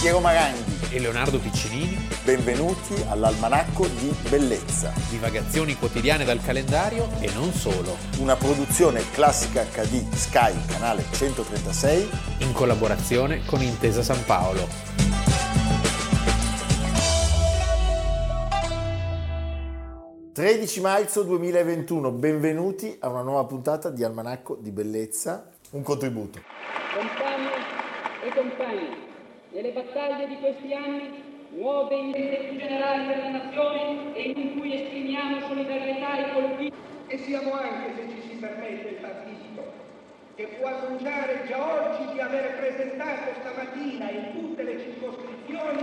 Piero Maranghi e Leonardo Piccinini. Benvenuti all'Almanacco di Bellezza. Divagazioni quotidiane dal calendario e non solo. Una produzione Classica HD Sky, canale 136, in collaborazione con Intesa San Paolo. «13 marzo 2021, benvenuti a una nuova puntata di Almanacco di Bellezza, un contributo». Compagni e compagni, nelle battaglie di questi anni, nuove intese generali per la nazione e in cui esprimiamo solidarietà ai colpiti. E siamo anche, se ci si permette il partito, che può annunciare già oggi di aver presentato stamattina in tutte le circoscrizioni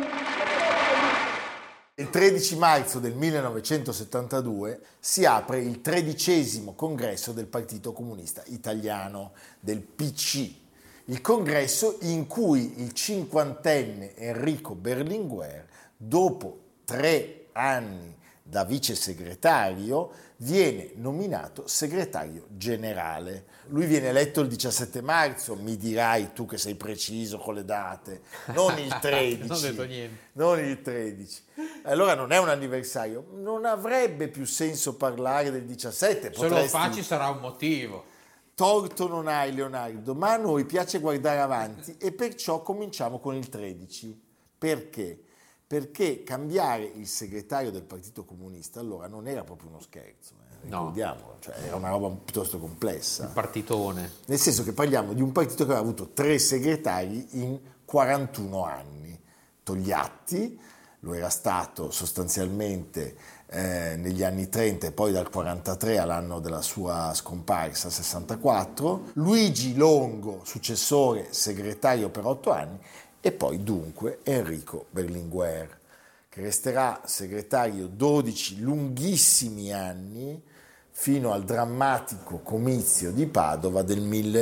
Il 13 marzo del 1972 si apre il 13° congresso del Partito Comunista Italiano, del PC. Il congresso in cui il cinquantenne Enrico Berlinguer, dopo 3 anni da vice segretario, viene nominato segretario generale. Lui viene eletto il 17 marzo, mi dirai tu che sei preciso con le date, non il 13. Non ho detto niente. Non il 13. Allora non è un anniversario, non avrebbe più senso parlare del 17. Se lo fa ci sarà un motivo. Torto non hai, Leonardo, ma a noi piace guardare avanti e perciò cominciamo con il 13. Perché? Perché cambiare il segretario del Partito Comunista allora non era proprio uno scherzo, ricordiamolo, cioè era una roba piuttosto complessa. Un partitone. Nel senso che parliamo di un partito che aveva avuto 3 segretari in 41 anni. Togliatti lo era stato sostanzialmente negli anni 30 e poi dal 43 all'anno della sua scomparsa, 64, Luigi Longo, successore segretario per 8 anni, e poi dunque Enrico Berlinguer, che resterà segretario 12 lunghissimi anni fino al drammatico comizio di Padova del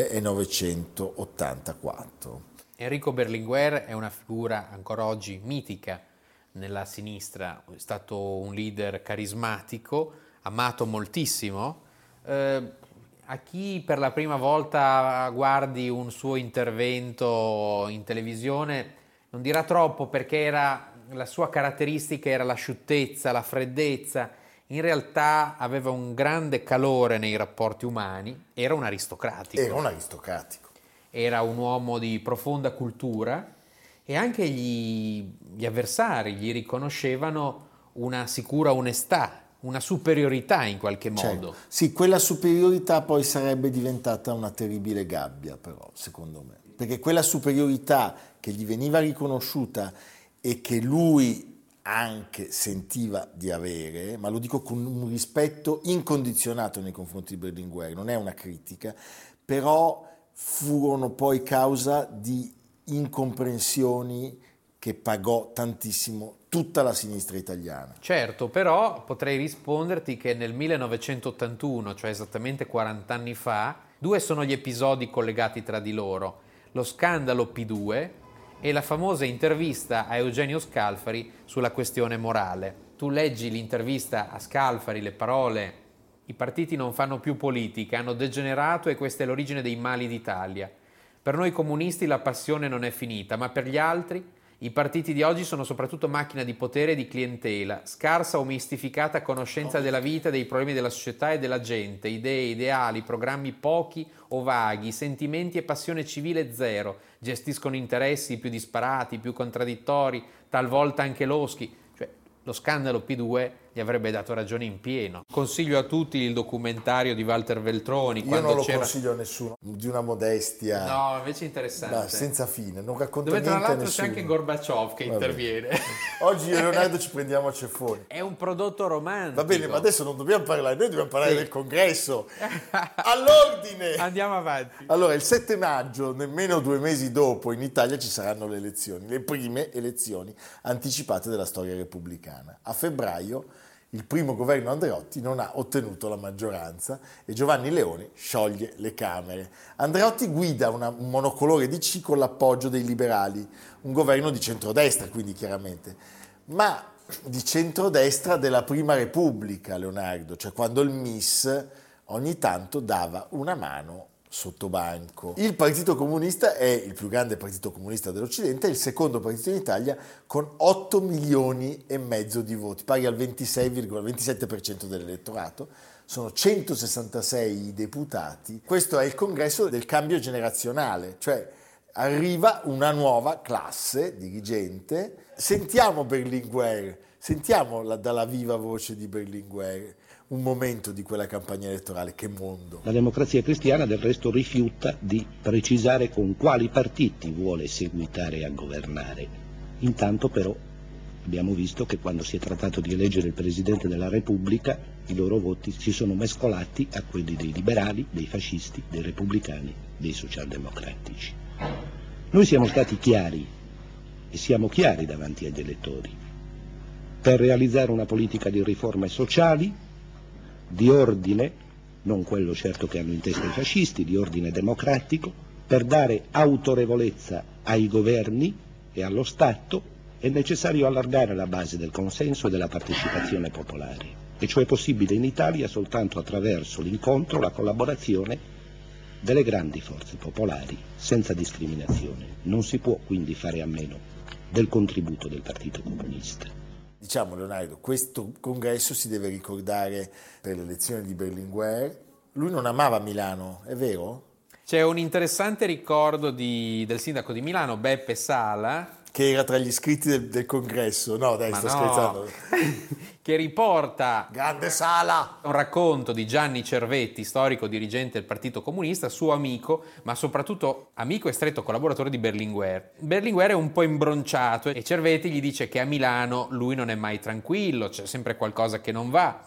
1984. Enrico Berlinguer è una figura ancora oggi mitica nella sinistra, è stato un leader carismatico, amato moltissimo. A chi per la prima volta guardi un suo intervento in televisione non dirà troppo, perché la sua caratteristica era l'asciuttezza, la freddezza. In realtà aveva un grande calore nei rapporti umani, era un aristocratico. Era un uomo di profonda cultura e anche gli avversari gli riconoscevano una sicura onestà, una superiorità in qualche modo. Certo. Sì, quella superiorità poi sarebbe diventata una terribile gabbia, però, secondo me. Perché quella superiorità che gli veniva riconosciuta e che lui anche sentiva di avere, ma lo dico con un rispetto incondizionato nei confronti di Berlinguer, non è una critica, però furono poi causa di incomprensioni che pagò tantissimo tutta la sinistra italiana. Certo, però potrei risponderti che nel 1981, cioè esattamente 40 anni fa, 2 sono gli episodi collegati tra di loro: lo scandalo P2 e la famosa intervista a Eugenio Scalfari sulla questione morale. Tu leggi l'intervista a Scalfari, le parole: i partiti non fanno più politica, hanno degenerato e questa è l'origine dei mali d'Italia. Per noi comunisti la passione non è finita, ma per gli altri i partiti di oggi sono soprattutto macchina di potere e di clientela, scarsa o mistificata conoscenza della vita, dei problemi della società e della gente, idee, ideali, programmi pochi o vaghi, sentimenti e passione civile zero, gestiscono interessi più disparati, più contraddittori, talvolta anche loschi. Cioè, lo scandalo P2 gli avrebbe dato ragione in pieno. Consiglio a tutti il documentario di Walter Veltroni. Io non lo consiglio a nessuno, di una modestia. No, invece è interessante. Senza fine, non racconta dove niente a tra l'altro nessuno. c'è anche Gorbaciov che interviene. Oggi io e Leonardo ci prendiamo a ceffoni. È un prodotto romantico. Va bene, ma adesso non dobbiamo parlare, noi dobbiamo parlare del congresso. All'ordine! Andiamo avanti. Allora, il 7 maggio, nemmeno 2 mesi dopo, in Italia ci saranno le elezioni, le prime elezioni anticipate della storia repubblicana. A febbraio il primo governo Andreotti non ha ottenuto la maggioranza e Giovanni Leone scioglie le Camere. Andreotti guida un monocolore DC con l'appoggio dei liberali, un governo di centrodestra, quindi chiaramente, ma di centrodestra della Prima Repubblica, Leonardo, cioè quando il MIS ogni tanto dava una mano sotto banco. Il Partito Comunista è il più grande partito comunista dell'Occidente, è il secondo partito in Italia con 8 milioni e mezzo di voti, pari al 26,27% dell'elettorato. Sono 166 deputati. Questo è il congresso del cambio generazionale, cioè arriva una nuova classe dirigente. Sentiamo Berlinguer, sentiamo dalla viva voce di Berlinguer un momento di quella campagna elettorale. Che mondo! La Democrazia Cristiana del resto rifiuta di precisare con quali partiti vuole seguitare a governare. Intanto però abbiamo visto che quando si è trattato di eleggere il Presidente della Repubblica i loro voti si sono mescolati a quelli dei liberali, dei fascisti, dei repubblicani, dei socialdemocratici. Noi siamo stati chiari e siamo chiari davanti agli elettori per realizzare una politica di riforme sociali, di ordine, non quello certo che hanno in testa i fascisti, di ordine democratico, per dare autorevolezza ai governi e allo Stato è necessario allargare la base del consenso e della partecipazione popolare. E ciò è possibile in Italia soltanto attraverso l'incontro, la collaborazione delle grandi forze popolari, senza discriminazione. Non si può quindi fare a meno del contributo del Partito Comunista. Diciamo, Leonardo, questo congresso si deve ricordare per l'elezione di Berlinguer. Lui non amava Milano, è vero? C'è un interessante ricordo del sindaco di Milano, Beppe Sala, che era tra gli iscritti del congresso. No, dai, sto scherzando. Che riporta Grande Sala! Un racconto di Gianni Cervetti, storico dirigente del Partito Comunista, suo amico, ma soprattutto amico e stretto collaboratore di Berlinguer. Berlinguer è un po' imbronciato e Cervetti gli dice che a Milano lui non è mai tranquillo, c'è sempre qualcosa che non va.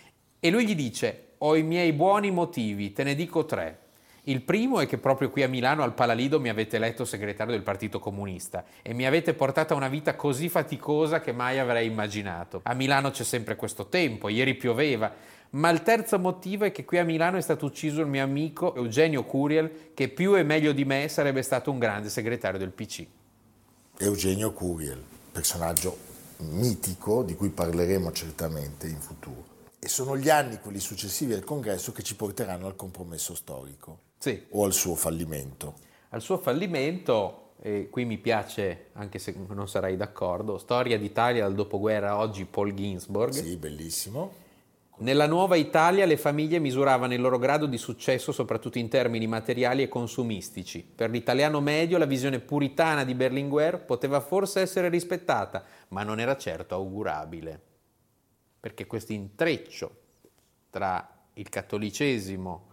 E lui gli dice: ho i miei buoni motivi, te ne dico 3. Il primo è che proprio qui a Milano al Palalido mi avete eletto segretario del Partito Comunista e mi avete portato a una vita così faticosa che mai avrei immaginato. A Milano c'è sempre questo tempo, ieri pioveva, ma il terzo motivo è che qui a Milano è stato ucciso il mio amico Eugenio Curiel, che più e meglio di me sarebbe stato un grande segretario del PC. Eugenio Curiel, personaggio mitico di cui parleremo certamente in futuro. E sono gli anni, quelli successivi al congresso, che ci porteranno al compromesso storico. Sì. O al suo fallimento. Al suo fallimento, e qui mi piace, anche se non sarai d'accordo, Storia d'Italia dal dopoguerra oggi, Paul Ginsborg. Sì, bellissimo. Nella nuova Italia le famiglie misuravano il loro grado di successo soprattutto in termini materiali e consumistici. Per l'italiano medio la visione puritana di Berlinguer poteva forse essere rispettata, ma non era certo augurabile. Perché questo intreccio tra il cattolicesimo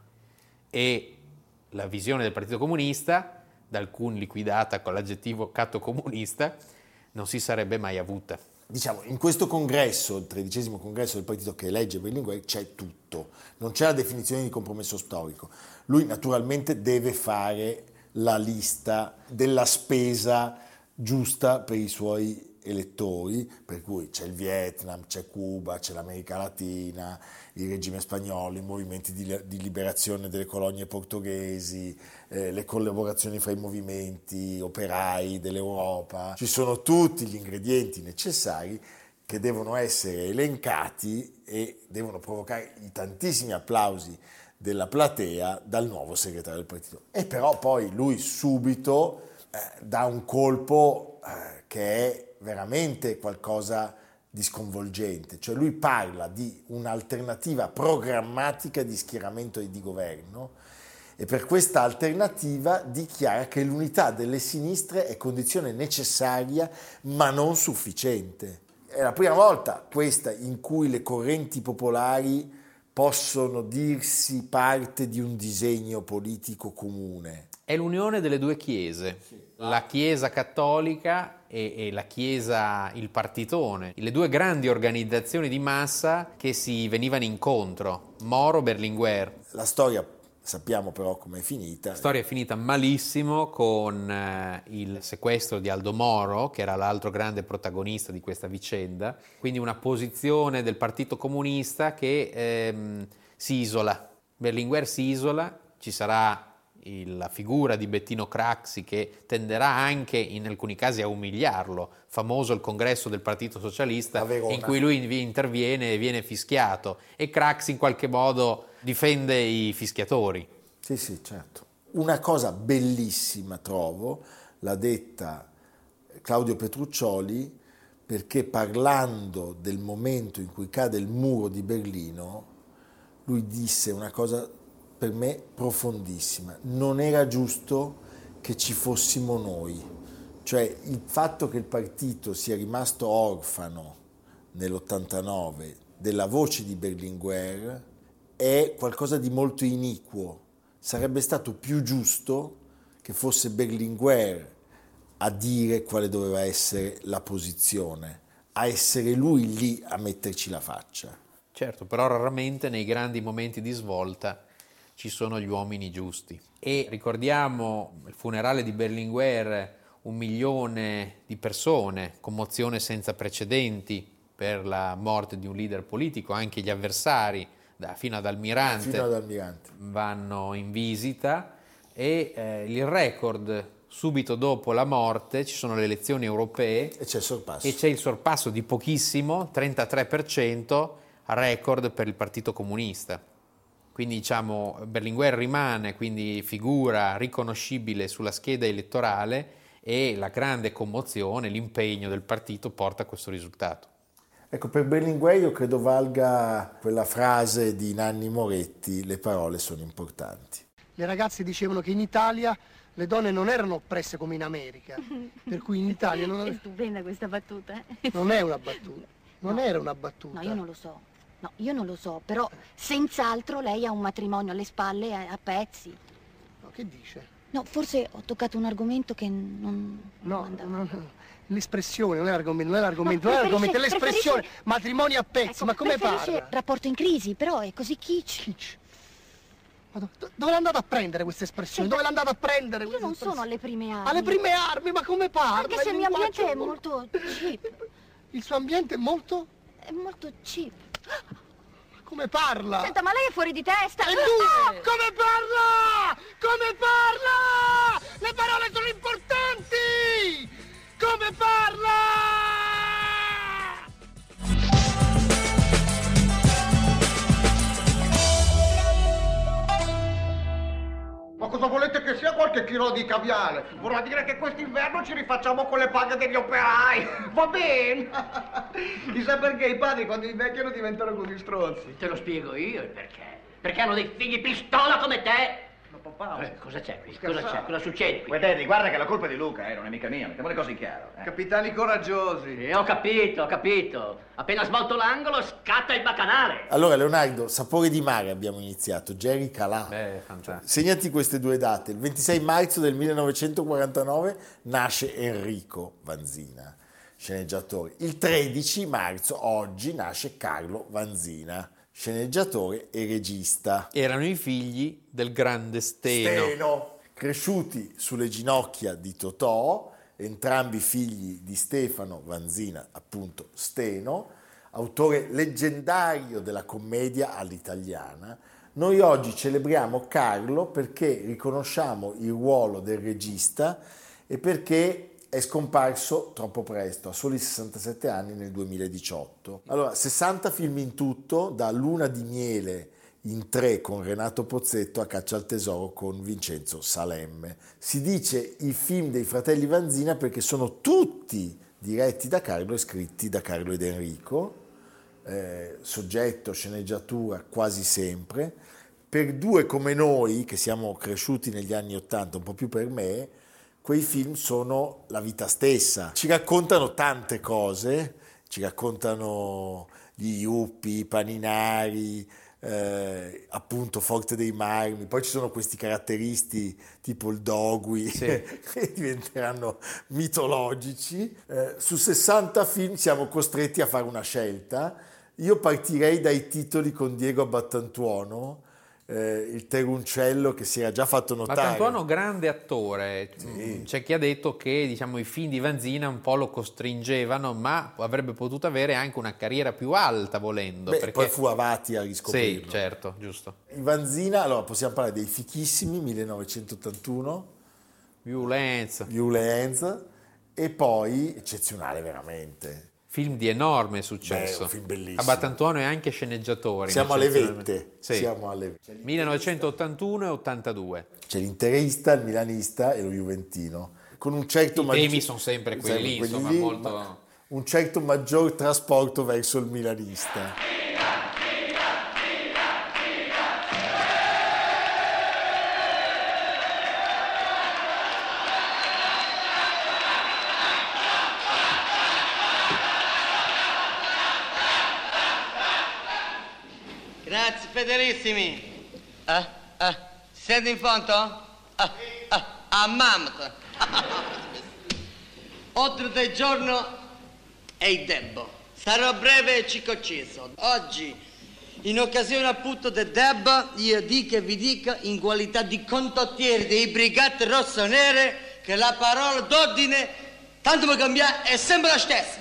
e la visione del Partito Comunista, da alcuni liquidata con l'aggettivo cattocomunista, non si sarebbe mai avuta. Diciamo, in questo congresso, il 13° congresso del partito che elegge Berlinguer, c'è tutto. Non c'è la definizione di compromesso storico. Lui naturalmente deve fare la lista della spesa giusta per i suoi elettori, per cui c'è il Vietnam, c'è Cuba, c'è l'America Latina, il regime spagnolo, i movimenti di liberazione delle colonie portoghesi, le collaborazioni fra i movimenti operai dell'Europa. Ci sono tutti gli ingredienti necessari che devono essere elencati e devono provocare i tantissimi applausi della platea dal nuovo segretario del partito. E però poi lui subito dà un colpo che è veramente qualcosa di sconvolgente, cioè lui parla di un'alternativa programmatica di schieramento e di governo e per questa alternativa dichiara che l'unità delle sinistre è condizione necessaria ma non sufficiente. È la prima volta questa in cui le correnti popolari possono dirsi parte di un disegno politico comune. È l'unione delle due chiese, la Chiesa cattolica e la Chiesa, il partitone, le due grandi organizzazioni di massa che si venivano incontro, Moro, Berlinguer. La storia sappiamo però com'è finita. La storia è finita malissimo con il sequestro di Aldo Moro, che era l'altro grande protagonista di questa vicenda, quindi una posizione del Partito Comunista che si isola. Berlinguer si isola, ci sarà la figura di Bettino Craxi che tenderà anche in alcuni casi a umiliarlo, famoso il congresso del Partito Socialista in cui lui interviene e viene fischiato e Craxi in qualche modo difende i fischiatori. Sì, sì, certo. Una cosa bellissima, trovo, l'ha detta Claudio Petruccioli, perché parlando del momento in cui cade il muro di Berlino, lui disse una cosa per me profondissima: non era giusto che ci fossimo noi, cioè il fatto che il partito sia rimasto orfano nell'89 della voce di Berlinguer è qualcosa di molto iniquo. Sarebbe stato più giusto che fosse Berlinguer a dire quale doveva essere la posizione, a essere lui lì a metterci la faccia. Certo, però raramente nei grandi momenti di svolta ci sono gli uomini giusti. E ricordiamo il funerale di Berlinguer, 1 milione di persone, commozione senza precedenti per la morte di un leader politico, anche gli avversari fino ad Almirante vanno in visita e il record subito dopo la morte ci sono le elezioni europee e c'è il sorpasso di pochissimo, 33%, record per il Partito Comunista. Quindi diciamo Berlinguer rimane quindi figura riconoscibile sulla scheda elettorale e la grande commozione, l'impegno del partito porta a questo risultato. Ecco, per Berlinguer io credo valga quella frase di Nanni Moretti: le parole sono importanti. Le ragazze dicevano che in Italia le donne non erano oppresse come in America, per cui in Italia non È stupenda questa battuta. Non è una battuta, non era una battuta. No, io non lo so, però senz'altro lei ha un matrimonio alle spalle a pezzi. No, che dice? No, forse ho toccato un argomento che non andava. No. L'espressione, non è l'argomento, è l'espressione, matrimonio a pezzi, ecco, ma come parla? Rapporto in crisi, però è così kitsch. Ma dove l'è andata a prendere questa espressione? Dove l'è andata a prendere Io non sono alle prime armi. Alle prime armi, ma come parla? Anche se il mio ambiente è molto cheap. Il suo ambiente è molto? È molto cheap. Come parla? Senta, ma lei è fuori di testa. E tu? Come parla? Come parla? Le parole sono importanti! Come parla? Ma cosa volete che sia qualche chilo di caviale? Vorrà dire che quest'inverno ci rifacciamo con le paghe degli operai. Va bene? Chissà perché i padri quando invecchiano diventano così stronzi. Te lo spiego io il perché. Perché hanno dei figli pistola come te. Ma papà... cosa c'è qui? Cosa c'è? Cosa succede qui? Daddy, guarda che la colpa è di Luca, non è mica mia, mettiamo le cose in chiaro. Capitani coraggiosi. Ho capito. Appena svolto l'angolo scatta il bacanale. Allora Leonardo, Sapore di mare abbiamo iniziato, Jerry Calà. Fantastico. Segnati queste due date: il 26 marzo del 1949 nasce Enrico Vanzina, sceneggiatore. Il 13 marzo, oggi, nasce Carlo Vanzina, sceneggiatore e regista. Erano i figli del grande Steno. Cresciuti sulle ginocchia di Totò, entrambi figli di Stefano Vanzina, appunto Steno, autore leggendario della commedia all'italiana. Noi oggi celebriamo Carlo perché riconosciamo il ruolo del regista e perché è scomparso troppo presto, a soli 67 anni nel 2018. Allora, 60 film in tutto, da Luna di miele in 3 con Renato Pozzetto a Caccia al tesoro con Vincenzo Salemme. Si dice i film dei fratelli Vanzina perché sono tutti diretti da Carlo e scritti da Carlo ed Enrico, soggetto, sceneggiatura quasi sempre. Per due come noi, che siamo cresciuti negli anni '80, un po' più per me, quei film sono la vita stessa. Ci raccontano tante cose, ci raccontano gli Iuppi, i Paninari, appunto Forte dei Marmi, poi ci sono questi caratteristi tipo il Dogui, sì, che diventeranno mitologici. Su 60 film siamo costretti a fare una scelta. Io partirei dai titoli con Diego Battantuono, il Teruncello, che si era già fatto notare. Battantuono, grande attore. Sì. C'è chi ha detto che i film di Vanzina un po' lo costringevano, ma avrebbe potuto avere anche una carriera più alta volendo. Perché poi fu Avati a riscoprirlo. Sì, certo, giusto. In Vanzina, allora possiamo parlare dei Fichissimi, 1981, Violenza, e poi eccezionale veramente, Film di enorme successo. Un film bellissimo. Abbatantuono è anche sceneggiatore. Siamo alle vette. Sì. Siamo alle 1981 e 82. C'è l'Interista, il Milanista e lo Juventino. Con un certo I temi sono sempre quelli lì, insomma, molto... un certo maggior trasporto verso il Milanista. Grazie, fedelissimi. Siete in fondo? Mamma. Oltre del giorno è il debbo. Sarò breve e ciccocceso. Oggi, in occasione appunto del debbo, io dico e vi dico, in qualità di condottieri dei brigate rossonere, che la parola d'ordine, tanto per cambiare, è sempre la stessa.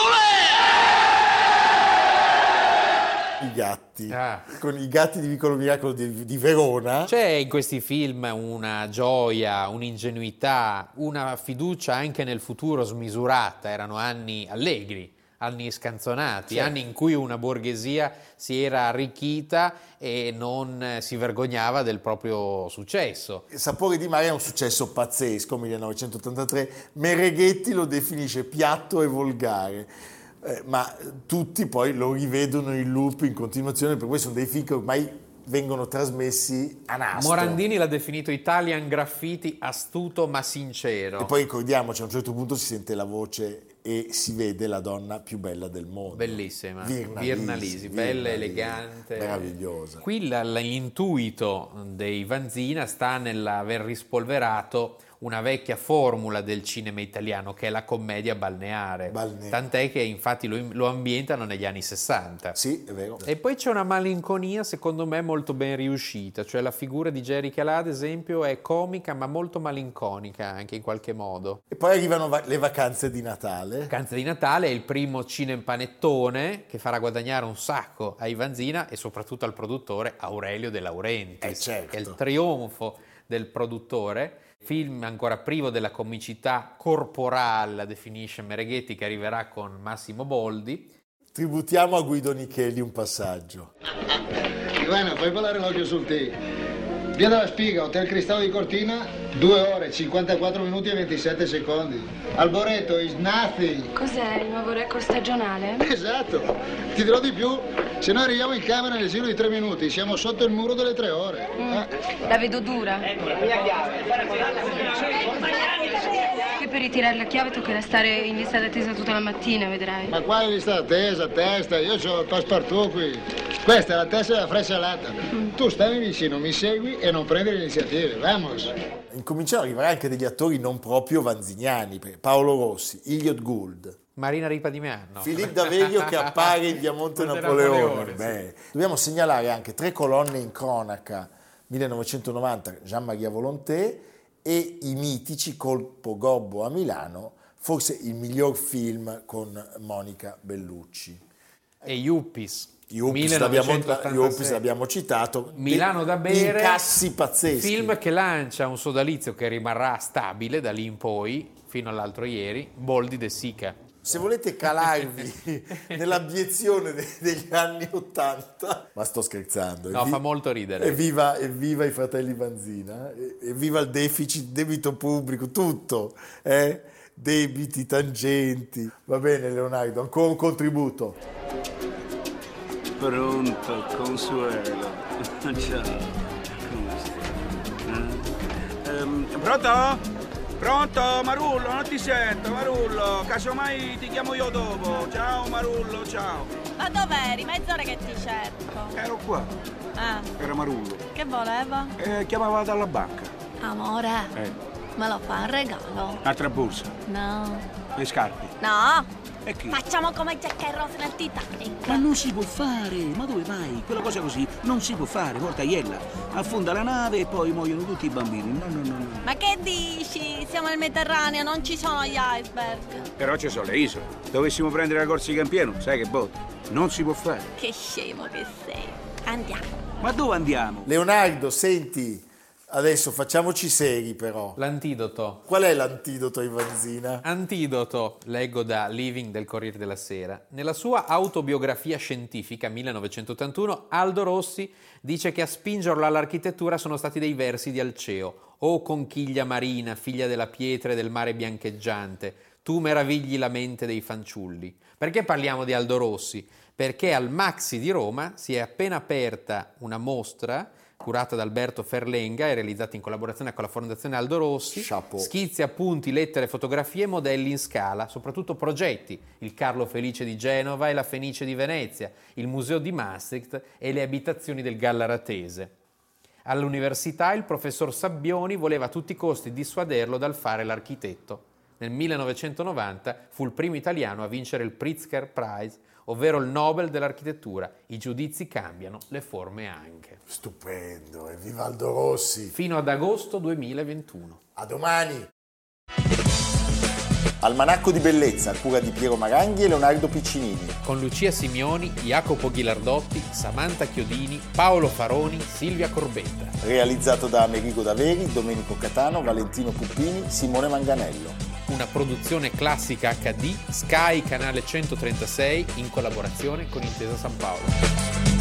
I gatti, con i gatti di Vicolo Miracolo di Verona. C'è in questi film una gioia, un'ingenuità, una fiducia anche nel futuro smisurata. Erano anni allegri, anni scanzonati, certo. Anni in cui una borghesia si era arricchita e non si vergognava del proprio successo. Sapore di mare è un successo pazzesco, 1983. Mereghetti lo definisce piatto e volgare. Ma tutti poi lo rivedono in loop in continuazione, per cui sono dei film che ormai vengono trasmessi a nastro. Morandini l'ha definito Italian Graffiti, astuto ma sincero. E poi ricordiamoci, a un certo punto si sente la voce e si vede la donna più bella del mondo. Bellissima, Virna Lisi, bella, elegante, meravigliosa. Qui l'intuito dei Vanzina sta nell'aver rispolverato una vecchia formula del cinema italiano, che è la commedia balneare. Tant'è che infatti lo ambientano negli anni 60. Sì, è vero. E poi c'è una malinconia secondo me molto ben riuscita, cioè la figura di Jerry Calà ad esempio è comica ma molto malinconica anche in qualche modo. E poi arrivano le vacanze di Natale. Vacanze di Natale è il primo cinepanettone che farà guadagnare un sacco ai Vanzina e soprattutto al produttore Aurelio De Laurentiis, certo. Che è il trionfo del produttore. Film ancora privo della comicità corporale, la definisce Mereghetti, che arriverà con Massimo Boldi. Tributiamo a Guido Nicheli un passaggio. Ivana, fai ballare l'occhio sul T. Via della Spiga, Hotel Cristallo di Cortina, 2 ore, 54 minuti e 27 secondi. Alboreto is nothing. Cos'è il nuovo record stagionale? Esatto. Ti dirò di più, se noi arriviamo in camera nel giro di 3 minuti, siamo sotto il muro delle 3 ore. La vedo dura. Qui per ritirare la chiave tocca restare in lista d'attesa tutta la mattina, vedrai. Ma quale lista d'attesa, testa? Io ho il passepartout qui. Questa è la testa della freccialata. Tu stai vicino, mi segui e non prendi le iniziative, vamos. Incominciano ad arrivare anche degli attori non proprio vanziniani, Paolo Rossi, Elliot Gould, Marina Ripa di Meanno, Filippo D'Aveglio che appare in Via Monte Napoleone. Sì. Dobbiamo segnalare anche 3 colonne in cronaca, 1990, Jean-Maria Volonté, e i mitici Colpo Gobbo a Milano, forse il miglior film con Monica Bellucci. E Yuppies. Yuppies l'abbiamo citato. Milano da bere, incassi pazzeschi. Film che lancia un sodalizio che rimarrà stabile da lì in poi, fino all'altro ieri, Boldi De Sica. Se volete calarvi nell'abiezione degli anni '80, ma sto scherzando. No, fa molto ridere. Evviva i fratelli Vanzina, evviva il deficit, debito pubblico, tutto. Debiti, tangenti. Va bene Leonardo, ancora un contributo. Pronto, Consuelo. Ciao. Come stai? Pronto? Pronto, Marullo? Non ti sento, Marullo. Casomai ti chiamo io dopo. Ciao, Marullo, ciao. Ma dov'eri? Mezz'ora che ti cerco. Ero qua. Ah. Era Marullo. Che voleva? Chiamava dalla banca. Amore, me lo fa un regalo? Un'altra borsa? No. Le scarpe? No. E che? Facciamo come Jack e Rose nel Titanic. Ma non si può fare, ma dove vai? Quella cosa così non si può fare, porta Iella. Affonda la nave e poi muoiono tutti i bambini. No. Ma che dici? Siamo nel Mediterraneo, non ci sono gli iceberg. Però ci sono le isole. Dovessimo prendere la Corsica in pieno, sai che botta? Non si può fare. Che scemo che sei. Andiamo. Ma dove andiamo? Leonardo, senti, Adesso facciamoci seri però. L'antidoto. Qual è l'antidoto, Ivanzina? Antidoto, leggo da Living del Corriere della Sera. Nella sua autobiografia scientifica 1981, Aldo Rossi dice che a spingerlo all'architettura sono stati dei versi di Alceo. O conchiglia marina, figlia della pietra e del mare biancheggiante, tu meravigli la mente dei fanciulli. Perché parliamo di Aldo Rossi? Perché al Maxi di Roma si è appena aperta una mostra curata da Alberto Ferlenga e realizzata in collaborazione con la Fondazione Aldo Rossi. Chapeau. Schizzi, appunti, lettere, fotografie e modelli in scala, soprattutto progetti, il Carlo Felice di Genova e la Fenice di Venezia, il Museo di Maastricht e le abitazioni del Gallaratese. All'università il professor Sabbioni voleva a tutti i costi dissuaderlo dal fare l'architetto. Nel 1990 fu il primo italiano a vincere il Pritzker Prize, ovvero il Nobel dell'architettura. I giudizi cambiano, le forme anche. Stupendo, evviva Aldo Rossi! Fino ad agosto 2021. A domani! Almanacco di bellezza, a cura di Piero Maranghi e Leonardo Piccinini. Con Lucia Simioni, Jacopo Ghilardotti, Samantha Chiodini, Paolo Faroni, Silvia Corbetta. Realizzato da Amerigo Daveri, Domenico Catano, Valentino Puppini, Simone Manganello. Una produzione classica HD, Sky Canale 136, in collaborazione con Intesa San Paolo.